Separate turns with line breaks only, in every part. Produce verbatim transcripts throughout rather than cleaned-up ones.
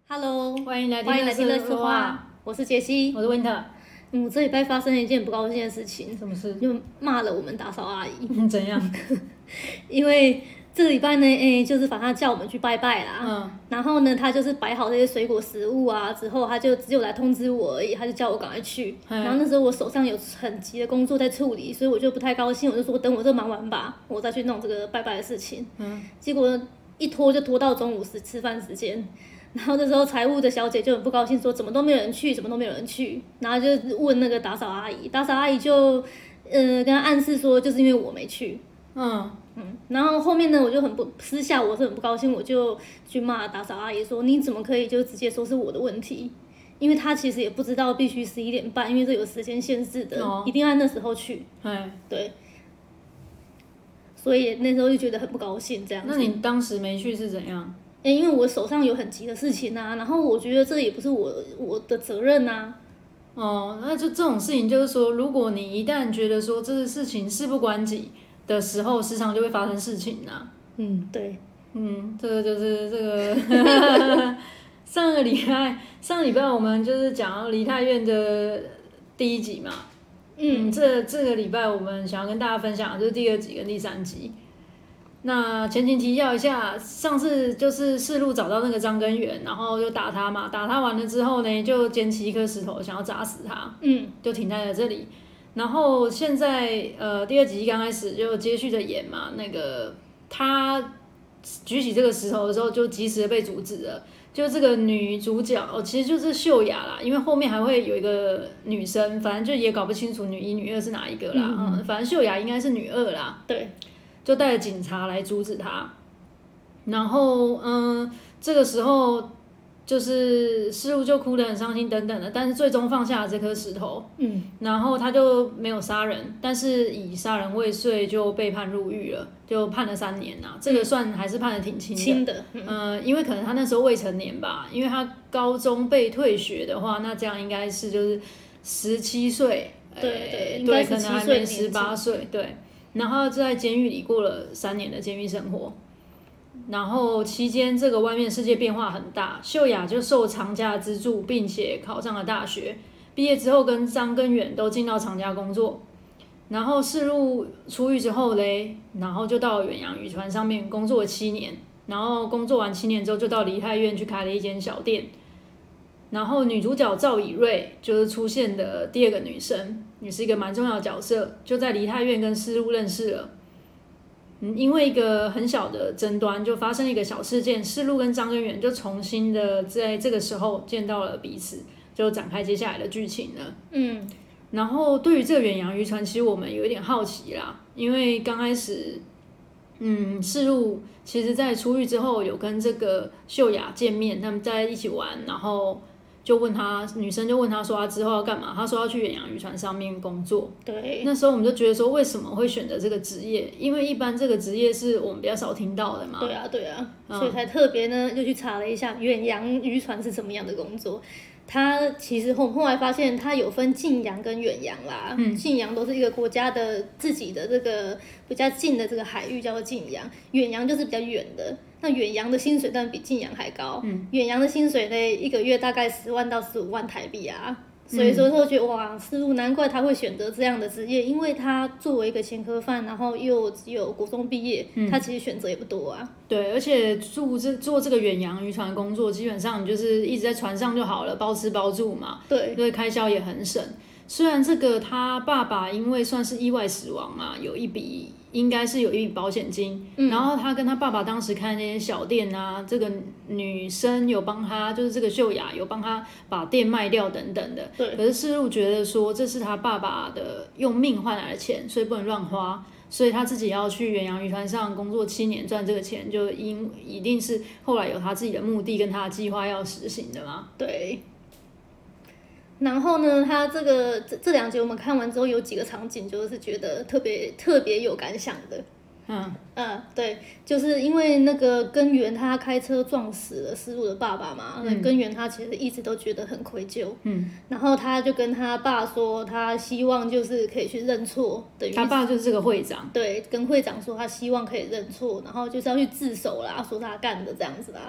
Hello，
欢迎来
欢迎来听乐
说
说话，我是杰西，
我是 Winter。
嗯，我这礼拜发生了一件不高兴的事情，
什么事？
就骂了我们打扫阿姨。
怎样？
因为这个礼拜呢，哎，就是反正叫我们去拜拜啦。嗯。然后呢，他就是摆好这些水果食物啊，之后他就只有来通知我而已，他就叫我赶快去。然后那时候我手上有很急的工作在处理，所以我就不太高兴，我就说等我这忙完吧，我再去弄这个拜拜的事情。嗯。结果一拖就拖到中午时吃饭时间。然后那时候财务的小姐就很不高兴，说怎么都没有人去，怎么都没有人去。然后就问那个打扫阿姨，打扫阿姨就呃跟她暗示说，就是因为我没去。嗯嗯。然后后面呢，我就很不私下我是很不高兴，我就去骂打扫阿姨说，你怎么可以就直接说是我的问题？因为她其实也不知道必须十一点半，因为这有时间限制的，哦、一定要那时候去。哎，对。所以那时候就觉得很不高兴，这样子。
那你当时没去是怎样？
欸、因为我手上有很急的事情啊，然后我觉得这也不是我我的责任啊。
哦，那就这种事情，就是说，如果你一旦觉得说这个事情事不关己的时候，时常就会发生事情啊。
嗯，对，
嗯，这个就是这个上个礼拜上个礼拜我们就是讲到梨泰院的第一集嘛。嗯，这这个礼拜我们想要跟大家分享的就是第二集跟第三集。那前情提要一下，上次就是世路找到那个张根源，然后就打他嘛，打他完了之后呢，就捡起一颗石头想要砸死他，嗯，就停在了这里。然后现在呃第二集刚开始就接续着演嘛，那个他举起这个石头的时候就及时的被阻止了，就这个女主角哦，其实就是秀雅啦，因为后面还会有一个女生，反正就也搞不清楚女一女二是哪一个啦，嗯，嗯反正秀雅应该是女二啦，对。就带着警察来阻止他，然后嗯，这个时候就是师傅就哭得很伤心等等的，但是最终放下了这颗石头，嗯，然后他就没有杀人，但是以杀人未遂就被判入狱了，就判了三年呐，这个算还是判得挺轻的，轻的，嗯、呃，因为可能他那时候未成年吧，因为他高中被退学的话，那这样应该是就是十七岁，对对对，可能还没十八岁，对。然后在监狱里过了三年的监狱生活，然后期间这个外面世界变化很大，秀雅就受长家资助，并且考上了大学。毕业之后跟张根源都进到长家工作，然后世路出狱之后嘞，然后就到远洋渔船上面工作了七年，然后工作完七年之后就到梨泰院去开了一间小店。然后女主角赵以瑞就是出现的第二个女生，也是一个蛮重要的角色，就在梨泰院跟师路认识了。嗯，因为一个很小的争端，就发生了一个小事件，师路跟张根源就重新的在这个时候见到了彼此，就展开接下来的剧情了。嗯，然后对于这个远洋渔船，其实我们有一点好奇啦，因为刚开始，嗯，师路其实在出狱之后有跟这个秀雅见面，他们在一起玩，然后。就问他，女生就问他说他之后要干嘛？他说要去远洋渔船上面工作。对，那时候我们就觉得说，为什么会选择这个职业？因为一般这个职业是我们比较少听到的嘛。对啊，对啊，嗯、所以才特别呢，就去查了一下远洋渔船是什么样的工作。它其实后后来发现，它有分近洋跟远洋啦。嗯，近洋都是一个国家的自己的这个比较近的这个海域叫做近洋，远洋就是比较远的。那远洋的薪水当然比近洋还高，嗯，远洋的薪水呢，一个月大概十万到十五万台币啊，所以说就觉得哇，师路难怪他会选择这样的职业，因为他作为一个前科犯，然后又只有国中毕业，嗯、他其实选择也不多啊。对，而且做这做这个远洋渔船工作，基本上你就是一直在船上就好了，包吃包住嘛，对，所以开销也很省。虽然这个他爸爸因为算是意外死亡嘛，有一笔应该是有一笔保险金，嗯、然后他跟他爸爸当时开那些小店啊，这个女生有帮他，就是这个秀雅有帮他把店卖掉等等的。对。可是世路觉得说这是他爸爸的用命换来的钱，所以不能乱花，所以他自己要去远洋渔船上工作七年赚这个钱，就因一定是后来有他自己的目的跟他的计划要实行的嘛。对。然后呢，他这个这这两集我们看完之后，有几个场景就是觉得特别特别有感想的。嗯嗯，对，就是因为那个根源他开车撞死了师路的爸爸嘛，嗯、根源他其实一直都觉得很愧疚。嗯，然后他就跟他爸说，他希望就是可以去认错，等于他爸就是这个会长。对，跟会长说他希望可以认错，然后就是要去自首啦，说他干的这样子啦。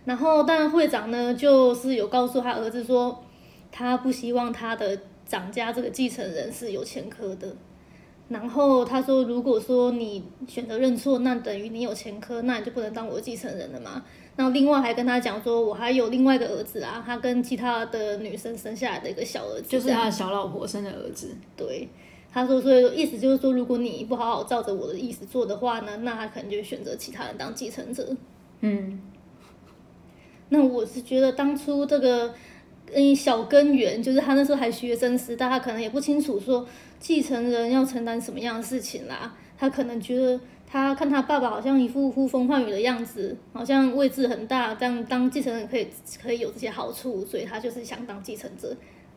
然后但会长呢就是有告诉他儿子说，他不希望他的长家这个继承人是有前科的。然后他说，如果说你选择认错，那等于你有前科，那你就不能当我的继承人了嘛。然后另外还跟他讲说，我还有另外一个儿子啊，他跟其他的女生生下来的一个小儿子，
就是他的小老婆生的儿子。
对，他说，所以意思就是说，如果你不好好照着我的意思做的话呢，那他可能就会选择其他人当继承者。嗯，那我是觉得当初这个嗯小根源，就是他那时候还学生时代，他可能也不清楚说继承人要承担什么样的事情啦，他可能觉得。他看他爸爸好像一副呼风唤雨的样子，好像位置很大，这样当继承人可以可以有这些好处，所以他就是想当继承者。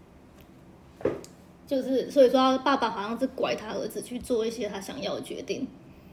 就是所以说，他爸爸好像是拐他儿子去做一些他想要的决定。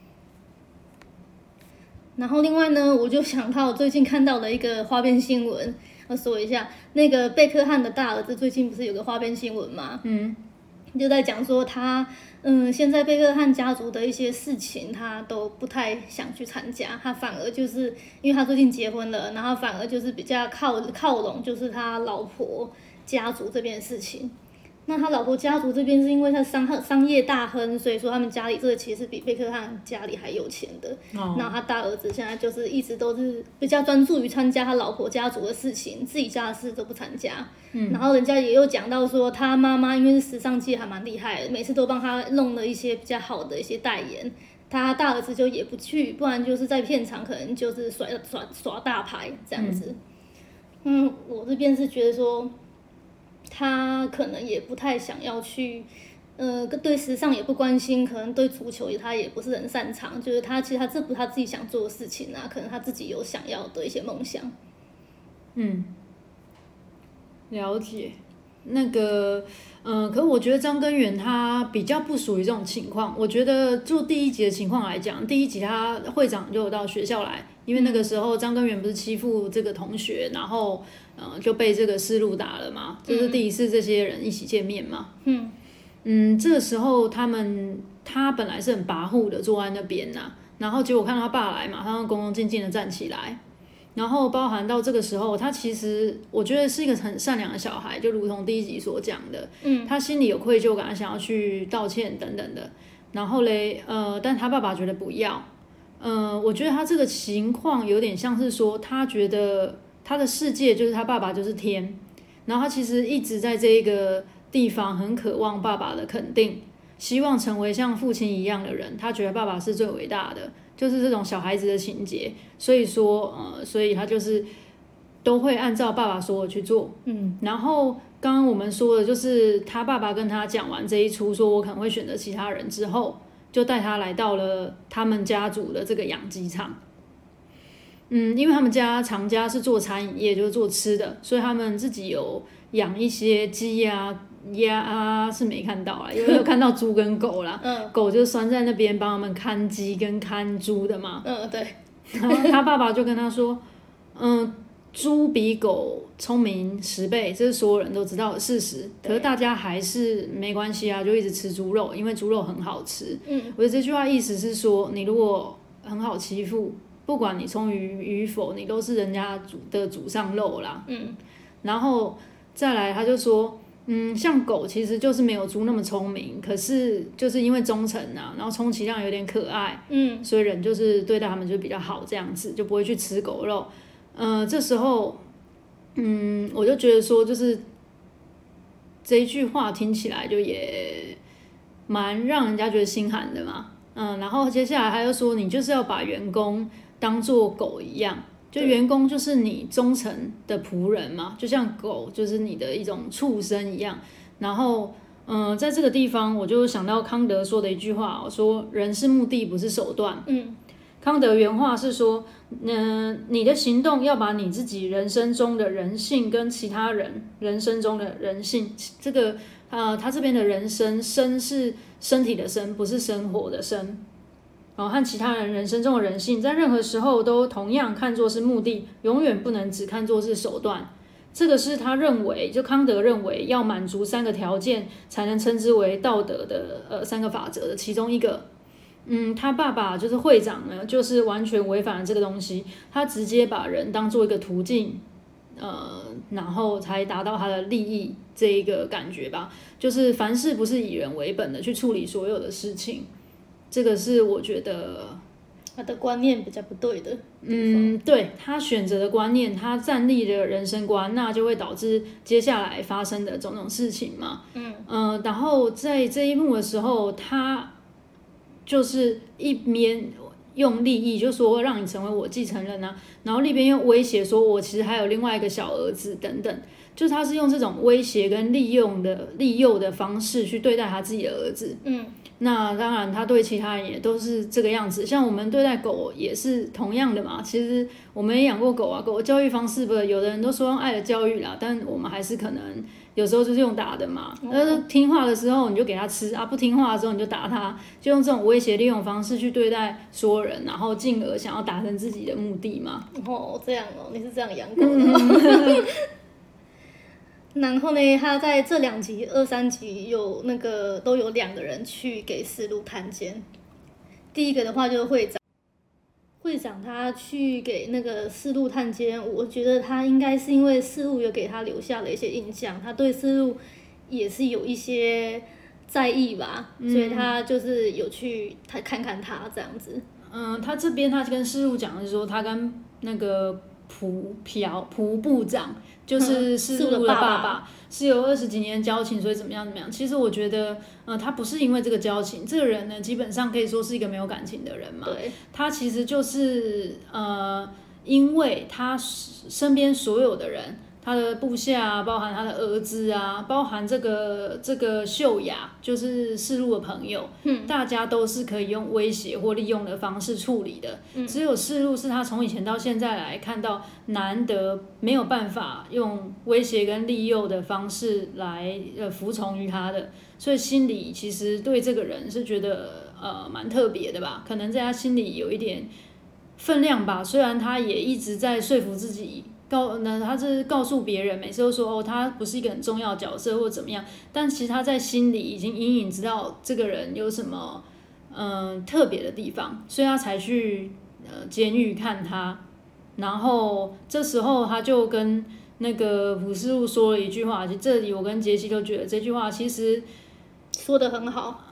然后另外呢，我就想到我最近看到的一个花边新闻，要说一下，那个贝克汉的大儿子最近不是有个花边新闻吗？嗯，就在讲说他。嗯，现在贝克汉家族的一些事情，他都不太想去参加，他反而就是因为他最近结婚了，然后反而就是比较靠靠拢，就是他老婆家族这边的事情。那他老婆家族这边是因为他商商业大亨，所以说他们家里这个其实比贝克汉家里还有钱的。哦。然后他大儿子现在就是一直都是比较专注于参加他老婆家族的事情，自己家的事都不参加。嗯。然后人家也有讲到说，他妈妈因为是时尚界还蛮厉害的，每次都帮他弄了一些比较好的一些代言。他大儿子就也不去，不然就是在片场可能就是耍耍耍大牌这样子。嗯, 嗯，我这边是觉得说。他可能也不太想要去，呃，对时尚也不关心，可能对足球也他也不是很擅长，就是他其实他这不是他自己想做的事情啊，可能他自己有想要的一些梦想。
嗯，了解。那个，嗯、呃，可是我觉得张根源他比较不属于这种情况。我觉得就第一集的情况来讲，第一集他会长就有到学校来，因为那个时候张根源不是欺负这个同学，然后。呃，就被这个思路打了嘛，这、就是第一次这些人一起见面嘛。嗯嗯，这个时候他们他本来是很跋扈的坐在那边呐、啊，然后结果看到他爸来嘛，他恭恭敬敬的站起来，然后包含到这个时候，他其实我觉得是一个很善良的小孩，就如同第一集所讲的，嗯，他心里有愧疚感，想要去道歉等等的，然后嘞，呃，但他爸爸觉得不要，呃，我觉得他这个情况有点像是说，他觉得。他的世界就是他爸爸就是天，然后他其实一直在这一个地方很渴望爸爸的肯定，希望成为像父亲一样的人，他觉得爸爸是最伟大的，就是这种小孩子的情节，所以说呃，所以他就是都会按照爸爸说的去做。嗯，然后刚刚我们说的就是他爸爸跟他讲完这一出，说我可能会选择其他人之后，就带他来到了他们家族的这个养鸡场。嗯，因为他们家常家是做餐饮业，就是做吃的，所以他们自己有养一些鸡啊、鸭啊，是没看到啦，因为有看到猪跟狗啦。嗯，狗就拴在那边帮他们看鸡跟看猪的嘛。
嗯，对。
然后他爸爸就跟他说，嗯，猪比狗聪明十倍，这是所有人都知道的事实。可是大家还是没关系啊，就一直吃猪肉，因为猪肉很好吃。嗯，我觉得这句话意思是说，你如果很好欺负。不管你聪明与否，你都是人家煮的祖上肉啦。嗯，然后再来，他就说，嗯，像狗其实就是没有猪那么聪明，可是就是因为忠诚啊，然后充其量有点可爱，嗯，所以人就是对待他们就比较好，这样子就不会去吃狗肉。呃，这时候，嗯，我就觉得说，就是这一句话听起来就也蛮让人家觉得心寒的嘛。嗯，然后接下来他又说，你就是要把员工当作狗一样，就员工就是你忠诚的仆人嘛，就像狗就是你的一种畜生一样。然后，嗯，在这个地方我就想到康德说的一句话，我说人是目的，不是手段。嗯，康德原话是说，嗯、呃，你的行动要把你自己人生中的人性跟其他人人生中的人性，这个呃，他这边的人生生是身体的生，不是生活的生。哦，和其他人人生中的人性，在任何时候都同样看作是目的，永远不能只看作是手段。这个是他认为，就康德认为要满足三个条件才能称之为道德的呃三个法则的其中一个。 嗯，他爸爸就是会长呢，就是完全违反了这个东西，他直接把人当做一个途径，呃，然后才达到他的利益这一个感觉吧。就是凡事不是以人为本的去处理所有的事情，这个是我觉得
他的观念比较不对的。
嗯，对，他选择的观念，他站立的人生观，那就会导致接下来发生的种种事情嘛。嗯，呃，然后在这一幕的时候，他就是一边用利益，就说让你成为我继承人啊，然后一边又威胁说，我其实还有另外一个小儿子等等，就是他是用这种威胁跟利用的利诱的方式去对待他自己的儿子。嗯。那当然，他对其他人也都是这个样子。像我们对待狗也是同样的嘛。其实我们也养过狗啊，狗的教育方式不，有的人都说用爱的教育啦，但我们还是可能有时候就是用打的嘛。但是听话的时候你就给他吃啊，不听话的时候你就打他，就用这种威胁利用方式去对待所有人，然后进而想要达成自己的目的嘛。
哦，这样哦，你是这样养狗的、哦。然后呢，他在这两集、二三集有那个都有两个人去给四路探监。第一个的话就是会长，会长他去给那个四路探监，我觉得他应该是因为四路有给他留下了一些印象，他对四路也是有一些在意吧，嗯、所以他就是有去他看看他这样子。
嗯，他这边他跟四路讲的是说，他跟那个蒲朴蒲部长。就是四路的爸爸是有二十几年交情，所以怎么样怎么样。其实我觉得，呃，他不是因为这个交情，这个人呢，基本上可以说是一个没有感情的人嘛。对，他其实就是呃，因为他身边所有的人，他的部下啊，包含他的儿子啊，包含这个这个秀雅，就是四路的朋友，嗯，大家都是可以用威胁或利用的方式处理的。嗯，只有四路是他从以前到现在来看到难得没有办法用威胁跟利诱的方式来呃服从于他的，所以心里其实对这个人是觉得呃蛮特别的吧，可能在他心里有一点分量吧。虽然他也一直在说服自己。告那他是告诉别人，每次都说哦，他不是一个很重要的角色或怎么样，但其实他在心里已经隐隐知道这个人有什么嗯、呃、特别的地方，所以他才去呃监狱看他。然后这时候他就跟那个朴世禄说了一句话，其实这里我跟杰西都觉得这句话其实
说得很好。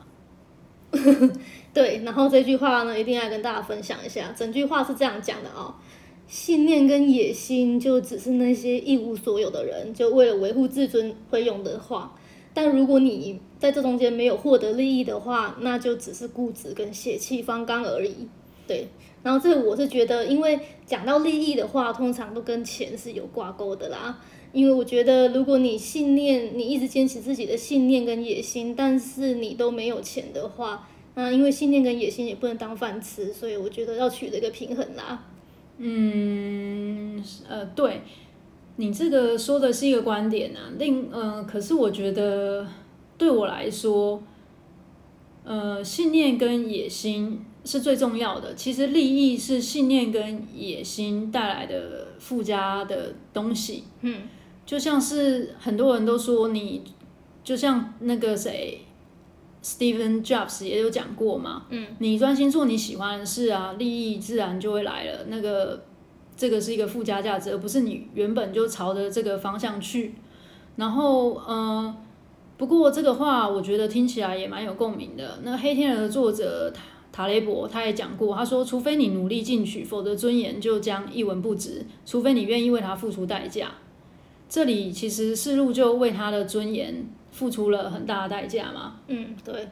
对，然后这句话呢，一定要跟大家分享一下，整句话是这样讲的哦。信念跟野心就只是那些一无所有的人就为了维护自尊会用的话，但如果你在这中间没有获得利益的话，那就只是固执跟血气方刚而已。对，然后这个我是觉得，因为讲到利益的话，通常都跟钱是有挂钩的啦。因为我觉得，如果你信念，你一直坚持自己的信念跟野心，但是你都没有钱的话，那因为信念跟野心也不能当饭吃，所以我觉得要取得一个平衡啦。
嗯，呃，对，你这个说的是一个观点啊。另，呃，可是我觉得对我来说，呃，信念跟野心是最重要的。其实利益是信念跟野心带来的附加的东西。嗯，就像是很多人都说你，就像那个谁。Steve Jobs 也有讲过嘛，嗯，你专心做你喜欢的事啊，利益自然就会来了。那个这个是一个附加价值，而不是你原本就朝着这个方向去。然后，呃，不过这个话我觉得听起来也蛮有共鸣的。那《黑天鹅》的作者塔雷伯他也讲过，他说，除非你努力进取，否则尊严就将一文不值；除非你愿意为它付出代价。这里其实世路就为他的尊严付出了很大的代价嘛。
嗯，对。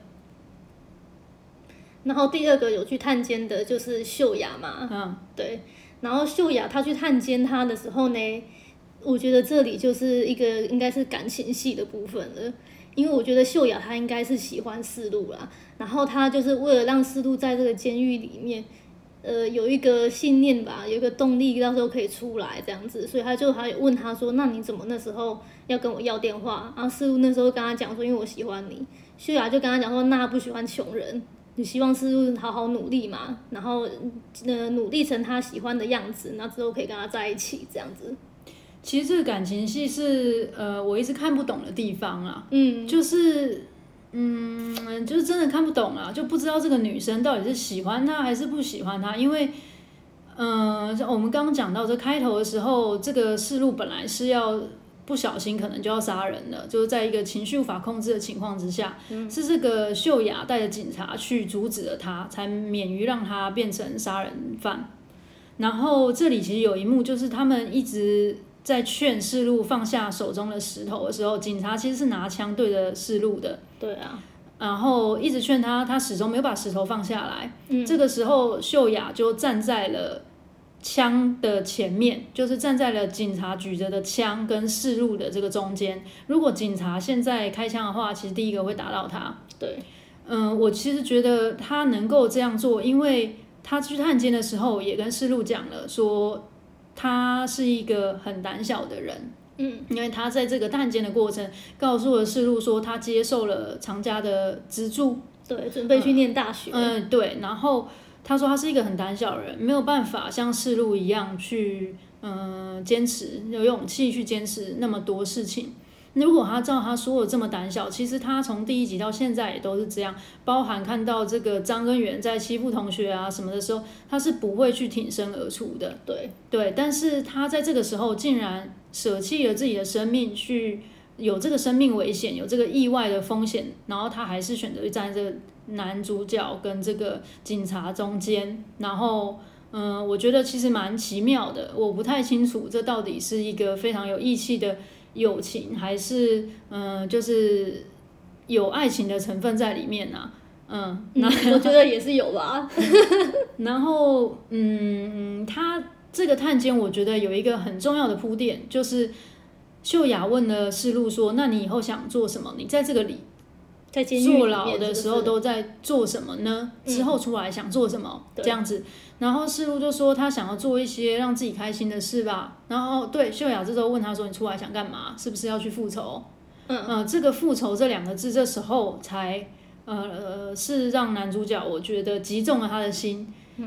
然后第二个有去探监的就是秀雅嘛。嗯，对。然后秀雅她去探监他的时候呢，我觉得这里就是一个应该是感情戏的部分了。因为我觉得秀雅她应该是喜欢世路啦，然后她就是为了让世路在这个监狱里面。呃，有一个信念吧，有一个动力，到时候可以出来这样子，所以他就还有问他说：“那你怎么那时候要跟我要电话？”然后世路那时候跟他讲说：“因为我喜欢你。”秀雅就跟他讲说：“那不喜欢穷人，你希望世路好好努力嘛，然后呃努力成他喜欢的样子，那之后可以跟他在一起这样子。”
其实这个感情戏是呃我一直看不懂的地方啊，嗯，就是嗯，就是真的看不懂啊，就不知道这个女生到底是喜欢他还是不喜欢他，因为，嗯、呃，我们刚刚讲到这开头的时候，这个世路本来是要不小心可能就要杀人了，就是在一个情绪无法控制的情况之下，嗯、是这个秀雅带着警察去阻止了他，才免于让他变成杀人犯。然后这里其实有一幕，就是他们一直在劝世路放下手中的石头的时候，警察其实是拿枪对着世路的。
对啊，
然后一直劝他，他始终没有把石头放下来。嗯，这个时候秀雅就站在了枪的前面，就是站在了警察举着的枪跟世路的这个中间。如果警察现在开枪的话，其实第一个会打到他。
对，
嗯，我其实觉得他能够这样做，因为他去探监的时候也跟世路讲了，说他是一个很胆小的人。嗯，因为他在这个探监的过程，告诉了世路说他接受了长家的资助，
对，准备去念大学。
嗯，嗯对，然后他说他是一个很胆小的人，没有办法像世路一样去嗯坚持，有勇气去坚持那么多事情。如果他照他说的这么胆小，其实他从第一集到现在也都是这样，包含看到这个张根源在欺负同学啊什么的时候，他是不会去挺身而出的。
对
对，但是他在这个时候竟然舍弃了自己的生命，去有这个生命危险，有这个意外的风险，然后他还是选择站在这个男主角跟这个警察中间，然后。嗯，我觉得其实蛮奇妙的，我不太清楚这到底是一个非常有义气的友情，还是嗯，就是有爱情的成分在里面啊。嗯，
那、嗯、我觉得也是有吧。
然后，嗯，他这个探监，我觉得有一个很重要的铺垫，就是秀雅问了世路说：“那你以后想做什么？你在这个里。”
在监狱里面
坐牢的时候都在做什么呢？嗯、之后出来想做什么？这样子，然后世路就说他想要做一些让自己开心的事吧。然后对秀雅这时候问他说：“你出来想干嘛？是不是要去复仇？”嗯呃，这个复仇这两个字，这时候才呃呃是让男主角我觉得击中了他的心。嗯，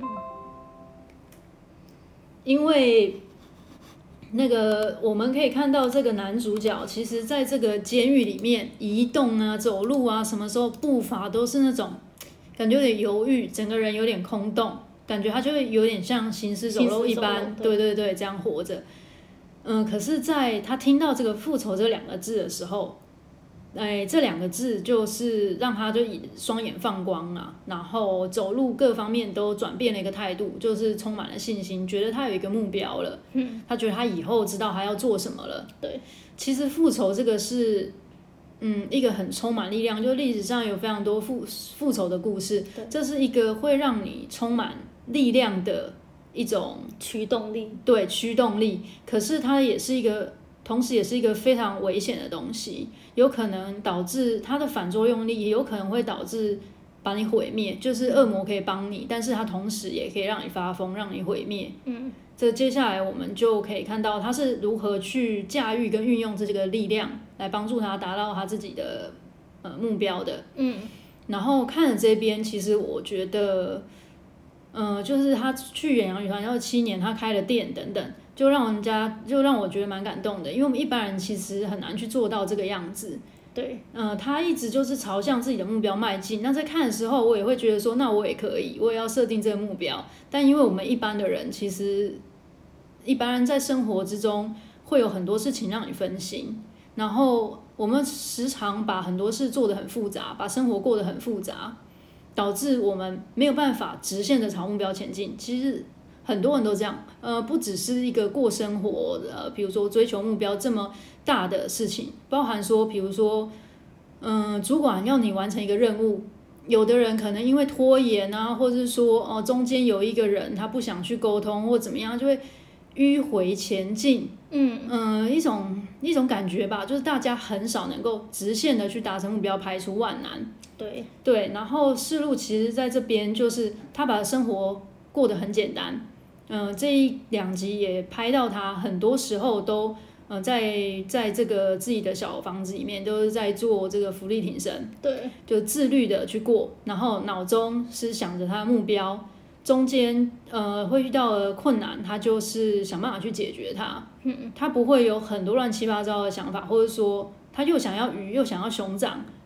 因为。那个我们可以看到，这个男主角其实在这个监狱里面移动啊、走路啊，什么时候步伐都是那种感觉有点犹豫，整个人有点空洞，感觉他就会有点像行尸走肉一般，对对对，这样活着。嗯，可是在他听到这个复仇这两个字的时候，哎，这两个字就是让他就双眼放光啊，然后走路各方面都转变了一个态度，就是充满了信心，觉得他有一个目标了。嗯，他觉得他以后知道他要做什么了。
对，
其实复仇这个是，嗯，一个很充满力量，就历史上有非常多复复仇的故事，这是一个会让你充满力量的一种
驱动力。
对，驱动力。可是它也是一个。同时也是一个非常危险的东西，有可能导致它的反作用力，也有可能会导致把你毁灭。就是恶魔可以帮你，但是它同时也可以让你发疯，让你毁灭。嗯，这接下来我们就可以看到他是如何去驾驭跟运用这个力量，来帮助他达到他自己的呃目标的。嗯，然后看了这边，其实我觉得，呃，就是他去远洋语团要七年，他开了店等等。就让人家就让我觉得蛮感动的，因为我们一般人其实很难去做到这个样子。
对，
呃，他一直就是朝向自己的目标迈进。那在看的时候，我也会觉得说，那我也可以，我也要设定这个目标。但因为我们一般的人，其实一般人在生活之中会有很多事情让你分心，然后我们时常把很多事做得很复杂，把生活过得很复杂，导致我们没有办法直线的朝目标前进。其实。很多人都这样，呃，不只是一个过生活，呃，比如说追求目标这么大的事情，包含说，比如说，嗯、呃，主管要你完成一个任务，有的人可能因为拖延啊，或者是说，哦、呃，中间有一个人他不想去沟通或怎么样，就会迂回前进，嗯嗯、呃，一种一种感觉吧，就是大家很少能够直线的去达成目标，排除万难。
对
对，然后世路其实在这边就是他把生活过得很简单。嗯、呃，这一两集也拍到他很多时候都呃在在这个自己的小房子里面都是在做这个伏地挺身，
对，
就自律的去过，然后脑中是想着他的目标，中间呃会遇到的困难，他就是想办法去解决它，嗯，他不会有很多乱七八糟的想法，或者说他又想要鱼又想要熊掌，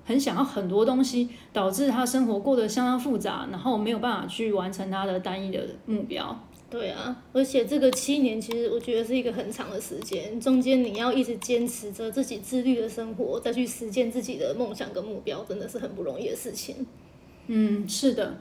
很想要很多东西，导致他生活过得相当复杂，然后没有办法去完成他的单一的目标。
对啊，而且这个七年其实我觉得是一个很长的时间，中间你要一直坚持着自己自律的生活，再去实现自己的梦想跟目标，真的是很不容易的事情。
嗯，是的。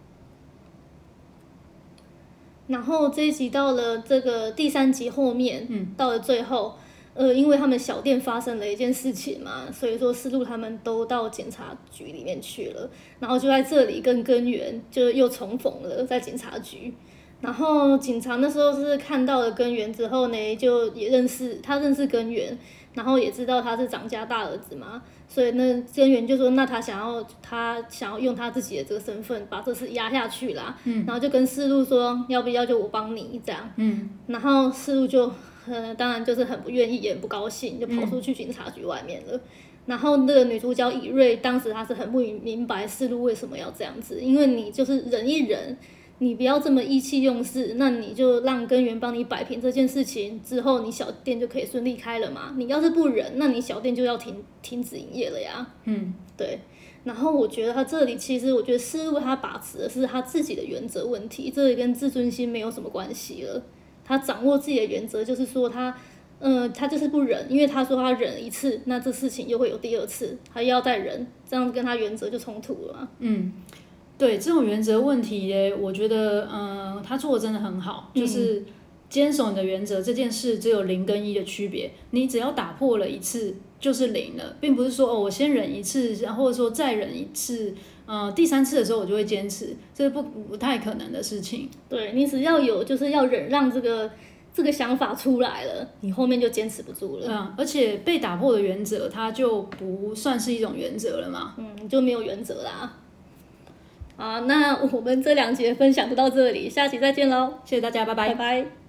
然后这一集到了这个第三集后面，嗯，到了最后，呃，因为他们小店发生了一件事情嘛，所以说思路他们都到检察局里面去了，然后就在这里跟根源就又重逢了，在检察局。然后警察那时候是看到了根源之后呢，就也认识他认识根源，然后也知道他是长家大儿子嘛，所以那根源就说，那他想要他想要用他自己的这个身份把这事压下去啦，嗯，然后就跟世路说，要不要就我帮你这样，嗯，然后世路就呃当然就是很不愿意，也很不高兴，就跑出去警察局外面了。嗯，然后那个女主角以瑞当时她是很不明白世路为什么要这样子，因为你就是忍一忍。你不要这么意气用事，那你就让根源帮你摆平这件事情之后，你小店就可以顺利开了嘛。你要是不忍，那你小店就要停停止营业了呀。嗯，对。然后我觉得他这里其实，我觉得师傅他把持的是他自己的原则问题，这里跟自尊心没有什么关系了。他掌握自己的原则，就是说他，呃，他就是不忍，因为他说他忍一次，那这事情又会有第二次，他又要再忍，这样跟他原则就冲突了嘛。嗯。
对这种原则问题呢，我觉得，嗯、呃，他做的真的很好，就是坚守你的原则这件事，只有零跟一的区别。你只要打破了一次，就是零了，并不是说哦，我先忍一次，然后或者说再忍一次，呃，第三次的时候我就会坚持，这是不不太可能的事情。
对，你只要有就是要忍让这个这个想法出来了，你后面就坚持不住了。
嗯，而且被打破的原则，它就不算是一种原则了嘛。
嗯，就没有原则啦。好，那我们这两节分享就到这里，下期再见喽！
谢谢大家，拜拜。
拜拜。